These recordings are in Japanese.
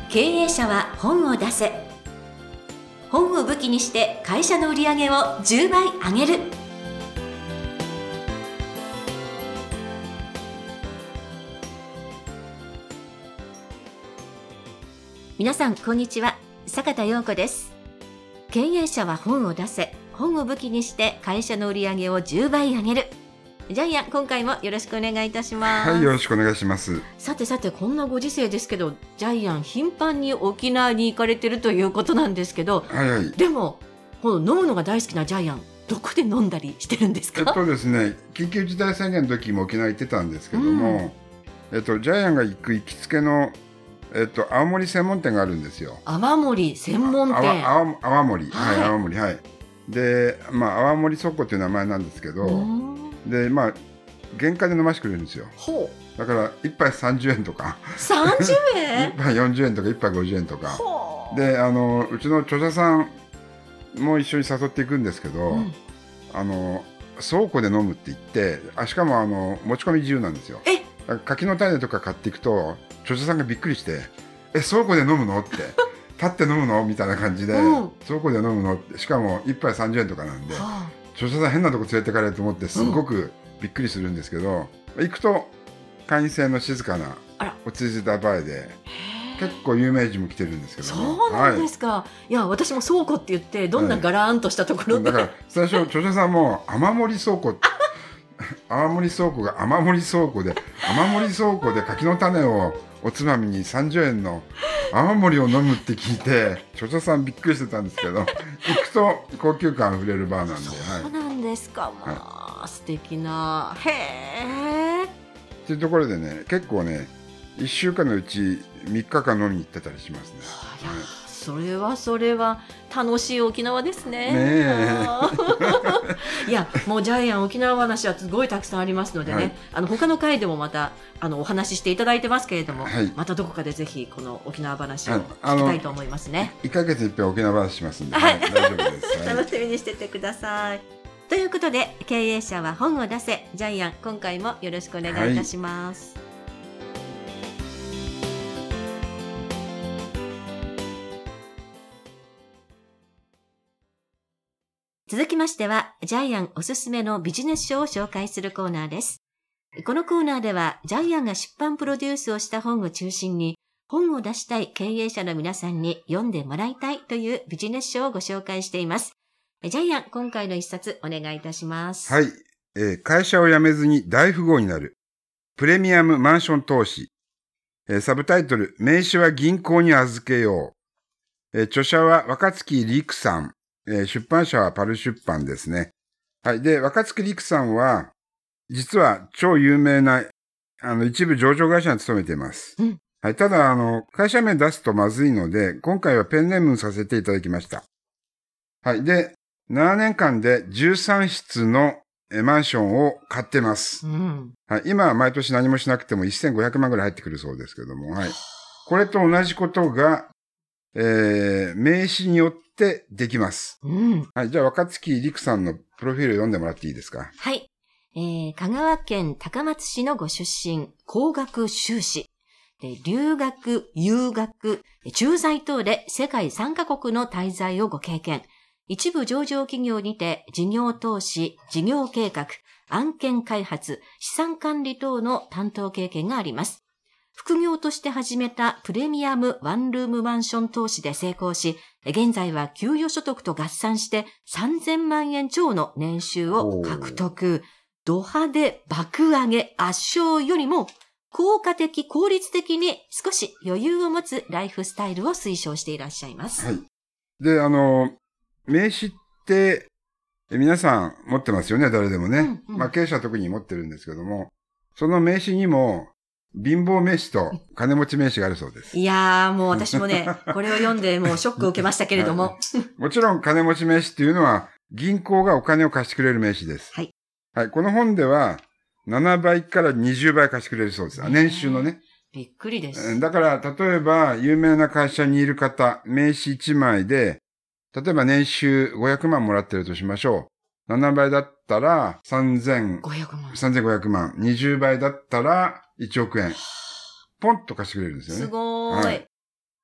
経営者は本を出せ。本を武器にして会社の売り上げを10倍上げる。皆さんこんにちは、坂田陽子です。経営者は本を出せ。本を武器にして会社の売り上げを10倍上げる。ジャイアン、今回もよろしくお願いいたします。 はい、よろしくお願いします。 さて、こんなご時世ですけど、ジャイアン頻繁に沖縄に行かれてるということなんですけど、 はいはい。 でもこの飲むのが大好きなジャイアン、どこで飲んだりしてるんですか？ ですね、緊急事態宣言の時も沖縄行ってたんですけども、ジャイアンが行く行きつけの青森専門店があるんですよ。 泡盛専門店。 泡盛、はい、泡盛、はい。で、泡盛倉庫っていう名前なんですけど、で、原価で飲ましてくれるんですよ。 ほう。 だから1杯30円とか 30円 1杯40円とか1杯50円とかで、うちの著者さんも一緒に誘っていくんですけど、倉庫で飲むって言って、しかも持ち込み自由なんですよ。柿の種とか買っていくと著者さんがびっくりして、倉庫で飲むのって立って飲むのみたいな感じで、倉庫で飲むのって、しかも1杯30円とかなんで、著者さん変なとこ連れてかれると思ってすごくびっくりするんですけど、行くと会員制の静かな落ち着いたバーで結構有名人も来てるんですけど、 そうなんですか。はい、いや私も倉庫って言ってどんなガラーンとしたところで、 だから最初著者さんも雨漏り倉庫泡盛倉庫が雨漏り倉庫で柿の種をおつまみに30円の泡盛を飲むって聞いて著者さんびっくりしてたんですけど、行くと高級感あふれるバーなんで。 そうなんですか。素敵な。へえ。 っていうところでね、結構ね1週間のうち3日間飲みに行ってたりしますね。 それは楽しい沖縄ですね。いやもうジャイアン沖縄話はすごいたくさんありますのでね、他の回でもまたお話ししていただいてますけれども、またどこかでぜひこの沖縄話を聞きたいと思いますね。 1ヶ月いっぺん沖縄話しますんで、大丈夫です。 楽しみにしててください。ということで、経営者は本を出せ。ジャイアン、今回もよろしくお願いいたします。続きましては、ジャイアンおすすめのビジネス書を紹介するコーナーです。このコーナーでは、ジャイアンが出版プロデュースをした本を中心に、本を出したい経営者の皆さんに読んでもらいたいというビジネス書をご紹介しています。ジャイアン、今回の一冊お願いいたします。 はい。会社を辞めずに大富豪になる。プレミアムマンション投資。サブタイトル、名刺は銀行に預けよう。著者は若月陸さん。出版社はパル出版ですね。はい。で、若月陸さんは、実は超有名な、一部上場会社に勤めています。はい。ただ、会社名出すとまずいので、今回はペンネームさせていただきました。はい。で、7年間で13室のマンションを買ってます。はい。今は毎年何もしなくても1500万ぐらい入ってくるそうですけども、はい。これと同じことが、名刺によってできます。はい。じゃあ、若月陸さんのプロフィール読んでもらっていいですか？ はい。香川県高松市のご出身、工学修士。で、留学、遊学、駐在等で世界3カ国の滞在をご経験。一部上場企業にて事業投資、事業計画、案件開発、資産管理等の担当経験があります。副業として始めたプレミアムワンルームマンション投資で成功し、現在は給与所得と合算して3000万円超の年収を獲得。ド派手爆上げ圧勝よりも効果的、効率的に少し余裕を持つライフスタイルを推奨していらっしゃいます。 はい。で、名刺って皆さん持ってますよね、誰でもね。経営者は特に持ってるんですけども、その名刺にも貧乏名刺と金持ち名刺があるそうです。 いやーもう私もね、これを読んでもうショックを受けましたけれども。 もちろん金持ち名刺っていうのは銀行がお金を貸してくれる名刺です。はい。はい。この本では7倍から20倍貸してくれるそうです。年収のね。 びっくりです。 だから、例えば有名な会社にいる方、名刺1枚で、例えば年収500万もらってるとしましょう。7倍だったら3500万。20倍だったら1億円。ポンと貸してくれるんですよね。 すごーい。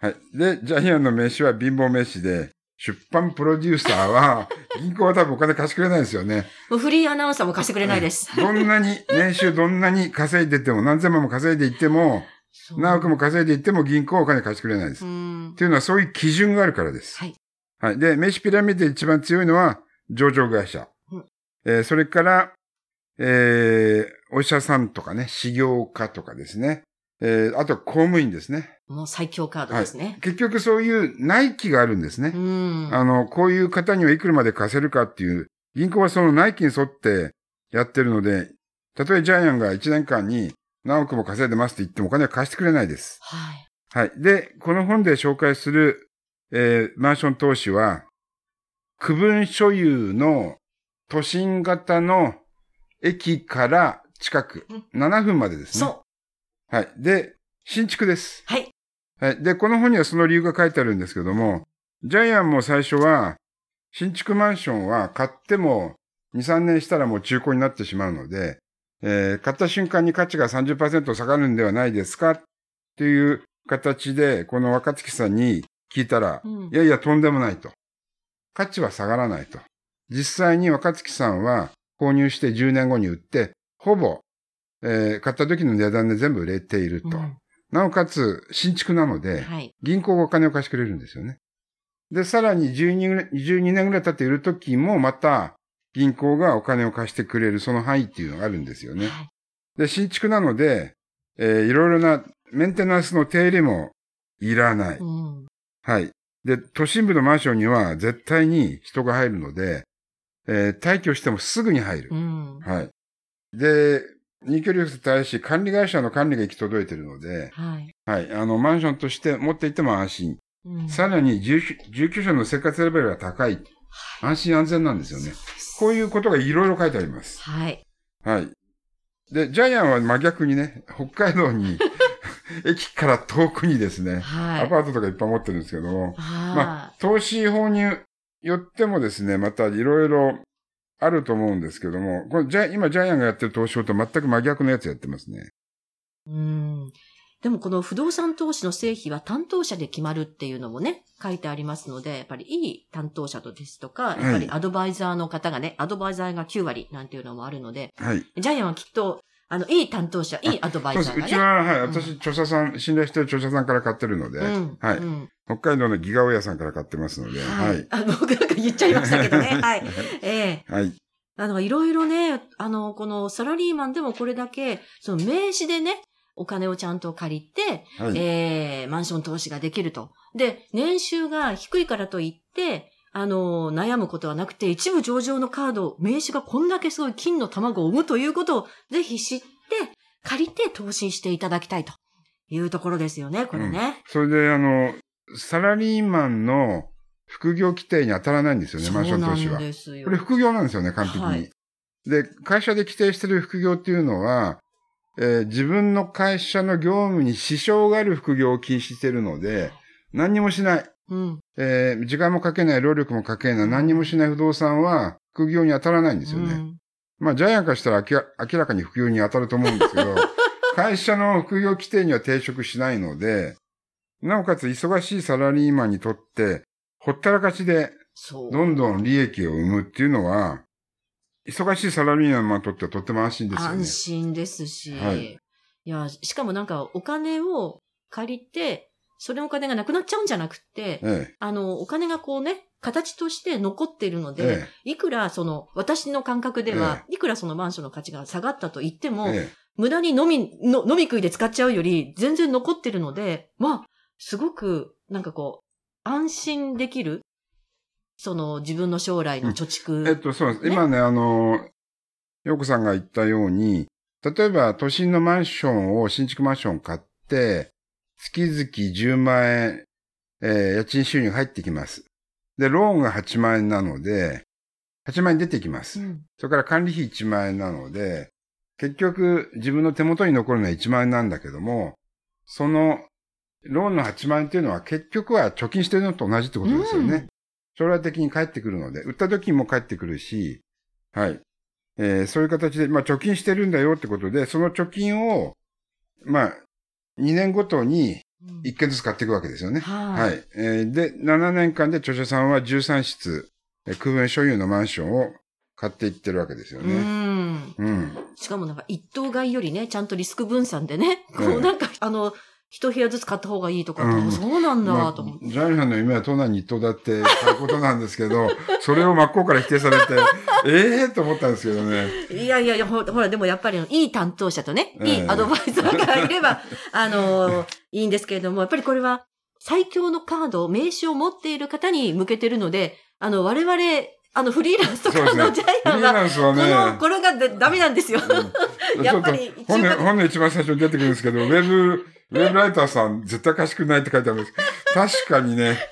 はい。で、ジャイアンの名刺は貧乏名刺で、出版プロデューサーは、銀行は多分お金貸してくれないですよね。 もうフリーアナウンサーも貸してくれないです。 どんなに、年収どんなに稼いでても、何千万も稼いでいっても、何億も稼いでいっても銀行はお金貸してくれないです。っていうのはそういう基準があるからです。 はい。 はい。で、名刺ピラミッドで一番強いのは、上場会社。それから、お医者さんとかね、事業家とかですね。あとは公務員ですね。 もう最強カードですね。はい、 結局そういう内規があるんですね。こういう方にはいくらまで貸せるかっていう、銀行はその内規に沿ってやってるので、たとえジャイアンが1年間に何億も稼いでますって言ってもお金は貸してくれないです。 はい。 はい。で、この本で紹介する、マンション投資は、区分所有の都心型の駅から近く、7分までですね。 そう。 はい。で、新築です。 はい。 はい。で、この本にはその理由が書いてあるんですけども、ジャイアンも最初は、新築マンションは買っても2、3年したらもう中古になってしまうので、買った瞬間に価値が 30% 下がるんではないですかっていう形で、この若月さんに聞いたら、いやいや、とんでもないと。価値は下がらないと。実際に若月さんは購入して10年後に売って、ほぼ、買った時の値段で全部売れていると。なおかつ、新築なので、銀行がお金を貸してくれるんですよね。で、さらに12年ぐらい経って売る時もまた、銀行がお金を貸してくれるその範囲っていうのがあるんですよね。で、新築なので、いろいろなメンテナンスの手入れもいらない。はい。で、都心部のマンションには絶対に人が入るので、退去してもすぐに入る。はい。で、入居料に対し管理会社の管理が行き届いているので、はい。マンションとして持っていても安心。さらに住居者の生活レベルが高い。安心安全なんですよね。こういうことがいろいろ書いてあります。 はい。 はい。で、ジャイアンは真逆にね、北海道に、駅から遠くにですね、アパートとかいっぱい持ってるんですけども、投資法によってもですね、またいろいろあると思うんですけども、これ今ジャイアンがやってる投資法と全く真逆のやつやってますね。 でもこの不動産投資の成否は担当者で決まるっていうのもね、書いてありますので、やっぱりいい担当者とですとか、やっぱりアドバイザーの方がね、アドバイザーが9割なんていうのもあるので、ジャイアンはきっと、いい担当者、いいアドバイザーがね。 うちは、私、著者さん、信頼してる著者さんから買ってるので、北海道のギガオヤさんから買ってますので、 僕なんか言っちゃいましたけどね、はい。いろいろね、このサラリーマンでもこれだけ、その名刺でね、お金をちゃんと借りて、マンション投資ができると。で、年収が低いからといって、悩むことはなくて、一部上場のカード、名刺がこんだけすごい金の卵を生むということをぜひ知って、借りて投資していただきたいというところですよね、これね。 それで、サラリーマンの副業規定に当たらないんですよね、マンション投資は。そうなんですよ。これ副業なんですよね、完璧に。で、会社で規定してる副業っていうのは、自分の会社の業務に支障がある副業を禁止しているので、何にもしない。時間もかけない、労力もかけない、何にもしない不動産は副業に当たらないんですよね。ジャイアンからしたら明らかに副業に当たると思うんですけど、会社の副業規定には抵触しないので、なおかつ忙しいサラリーマンにとって、ほったらかしで、どんどん利益を生むっていうのは、忙しいサラリーマンにとってはとっても安心ですよね。 安心ですし。いや、しかもなんかお金を借りて、それのお金がなくなっちゃうんじゃなくて、お金がこうね、形として残っているので、いくら私の感覚では、いくらそのマンションの価値が下がったと言っても、無駄に飲み食いで使っちゃうより、全然残ってるので、すごく、なんかこう、安心できる、自分の将来の貯蓄。 そうです。今ね、陽子さんが言ったように、例えば都心のマンションを、新築マンションを買って、月々10万円、家賃収入が入ってきます。で、ローンが8万円なので、8万円出てきます。それから管理費1万円なので、結局自分の手元に残るのは1万円なんだけども、そのローンの8万円っていうのは結局は貯金してるのと同じってことですよね。将来的に返ってくるので、売った時も返ってくるし、そういう形で、貯金してるんだよってことで、その貯金を、2年ごとに 1軒ずつ買っていくわけですよね。 はい。 で、7年間で著者さんは13室、区分所有のマンションを買っていってるわけですよね。 しかもなんか一棟買いよりね、ちゃんとリスク分散でね、こうなんか、一部屋ずつ買った方がいいとか、そうなんだと思って。 ジャイアンの夢は都内に一棟だって買うことなんですけど、それを真っ向から否定されて、と思ったんですけどね。 いや、ほら、でもやっぱりいい担当者とね、いいアドバイザーがいれば、いいんですけれども、やっぱりこれは最強のカード、名刺を持っている方に向けてるので、我々、フリーランスとかのジャイアンは、これがダメなんですよ。やっぱり本の一番最初に出てくるんですけど、ウェブライターさん絶対賢くないって書いてあるんです。確かにね、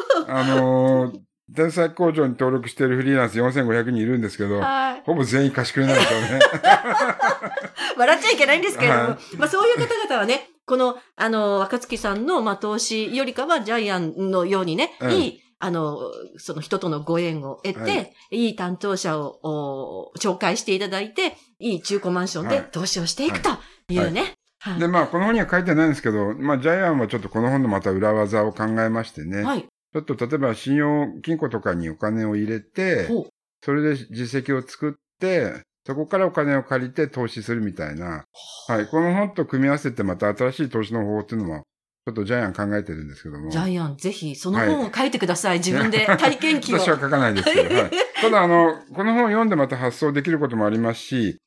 天才工場に登録しているフリーランス4500人いるんですけど、ほぼ全員賢くないですよね。 笑っちゃいけないんですけれども、まあそういう方々はね、この、若月さんの、投資よりかはジャイアンのようにね、いい、その人とのご縁を得て、いい担当者を紹介していただいて、いい中古マンションで投資をしていくというね。 で、この本には書いてないんですけど、ジャイアンはちょっとこの本のまた裏技を考えましてね。ちょっと例えば信用金庫とかにお金を入れて、それで実績を作って、そこからお金を借りて投資するみたいな。この本と組み合わせてまた新しい投資の方法っていうのも、ちょっとジャイアン考えてるんですけども。 ジャイアン、ぜひ、その本を書いてください。自分で体験記を。 私は書かないですけど。ただ、この本を読んでまた発想できることもありますし、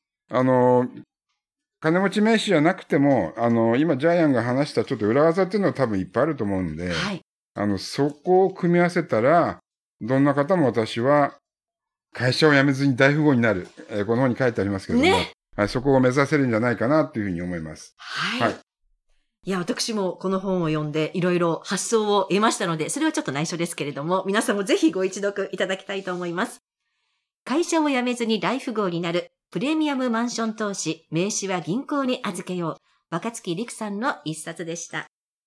金持ち名刺じゃなくても、今ジャイアンが話したちょっと裏技っていうのは多分いっぱいあると思うんで、そこを組み合わせたら、どんな方も私は、会社を辞めずに大富豪になる。この本に書いてありますけども、そこを目指せるんじゃないかなというふうに思います。 いや、私もこの本を読んでいろいろ発想を得ましたので、それはちょっと内緒ですけれども、皆さんもぜひご一読いただきたいと思います。会社を辞めずに大富豪になるプレミアムマンション投資、名刺は銀行に預けよう。若月陸さんの一冊でした。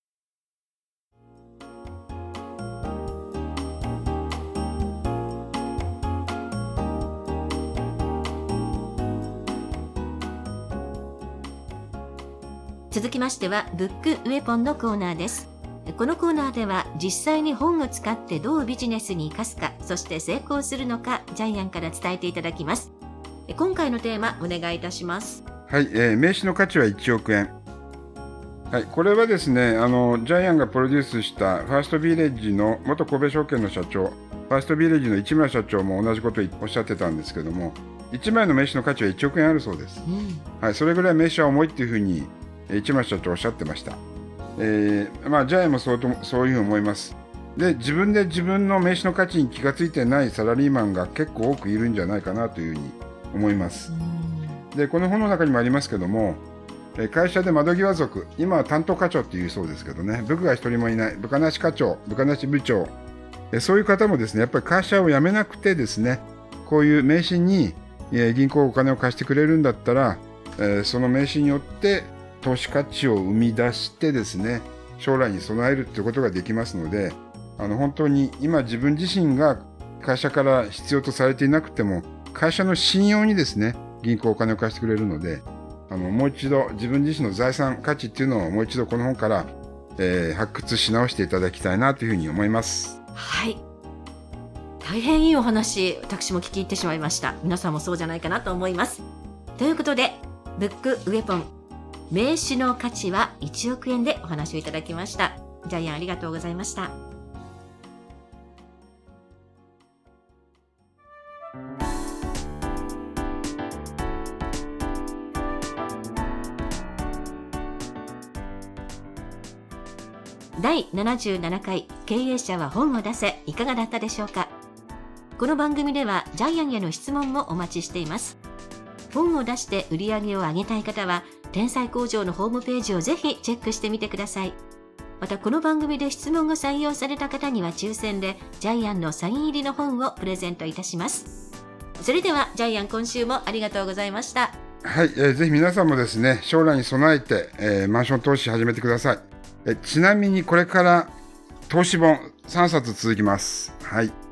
続きましては、ブックウェポンのコーナーです。このコーナーでは、実際に本を使ってどうビジネスに生かすか、そして成功するのか、ジャイアンから伝えていただきます。今回のテーマ、お願いいたします。 名刺の価値は1億円。これはですね、ジャイアンがプロデュースしたファーストビレッジの元神戸証券の社長、ファーストビレッジの市村社長も同じことをおっしゃってたんですけども、1枚の名刺の価値は1億円あるそうです。それぐらい名刺は重いっていうふうに、市村社長おっしゃってました。ジャイアンもそういうふうに思います。で、自分で自分の名刺の価値に気がついてないサラリーマンが結構多くいるんじゃないかなというふうに思います。で、この本の中にもありますけども、会社で窓際族、今は担当課長っていうそうですけどね、部下が一人もいない、部下なし課長、部下なし部長、そういう方もですね、やっぱり会社を辞めなくてですね、こういう名刺に銀行がお金を貸してくれるんだったら、その名刺によって投資価値を生み出してですね、将来に備えるということができますので、本当に今自分自身が会社から必要とされていなくても、会社の信用にですね、銀行お金を貸してくれるので、もう一度自分自身の財産価値っていうのをもう一度この本から、発掘し直していただきたいなというふうに思います。 大変いいお話、私も聞き入ってしまいました。皆さんもそうじゃないかなと思います。ということで、ブックウェポン、名刺の価値は1億円でお話をいただきました。ジャイアンありがとうございました。第77回経営者は本を出せ、いかがだったでしょうか。この番組ではジャイアンへの質問もお待ちしています。本を出して売り上げを上げたい方は、天才工場のホームページをぜひチェックしてみてください。またこの番組で質問が採用された方には抽選でジャイアンのサイン入りの本をプレゼントいたします。それではジャイアン、今週もありがとうございました。 ぜひ皆さんもですね、将来に備えて、マンション投資始めてください。ちなみにこれから投資本3冊続きます。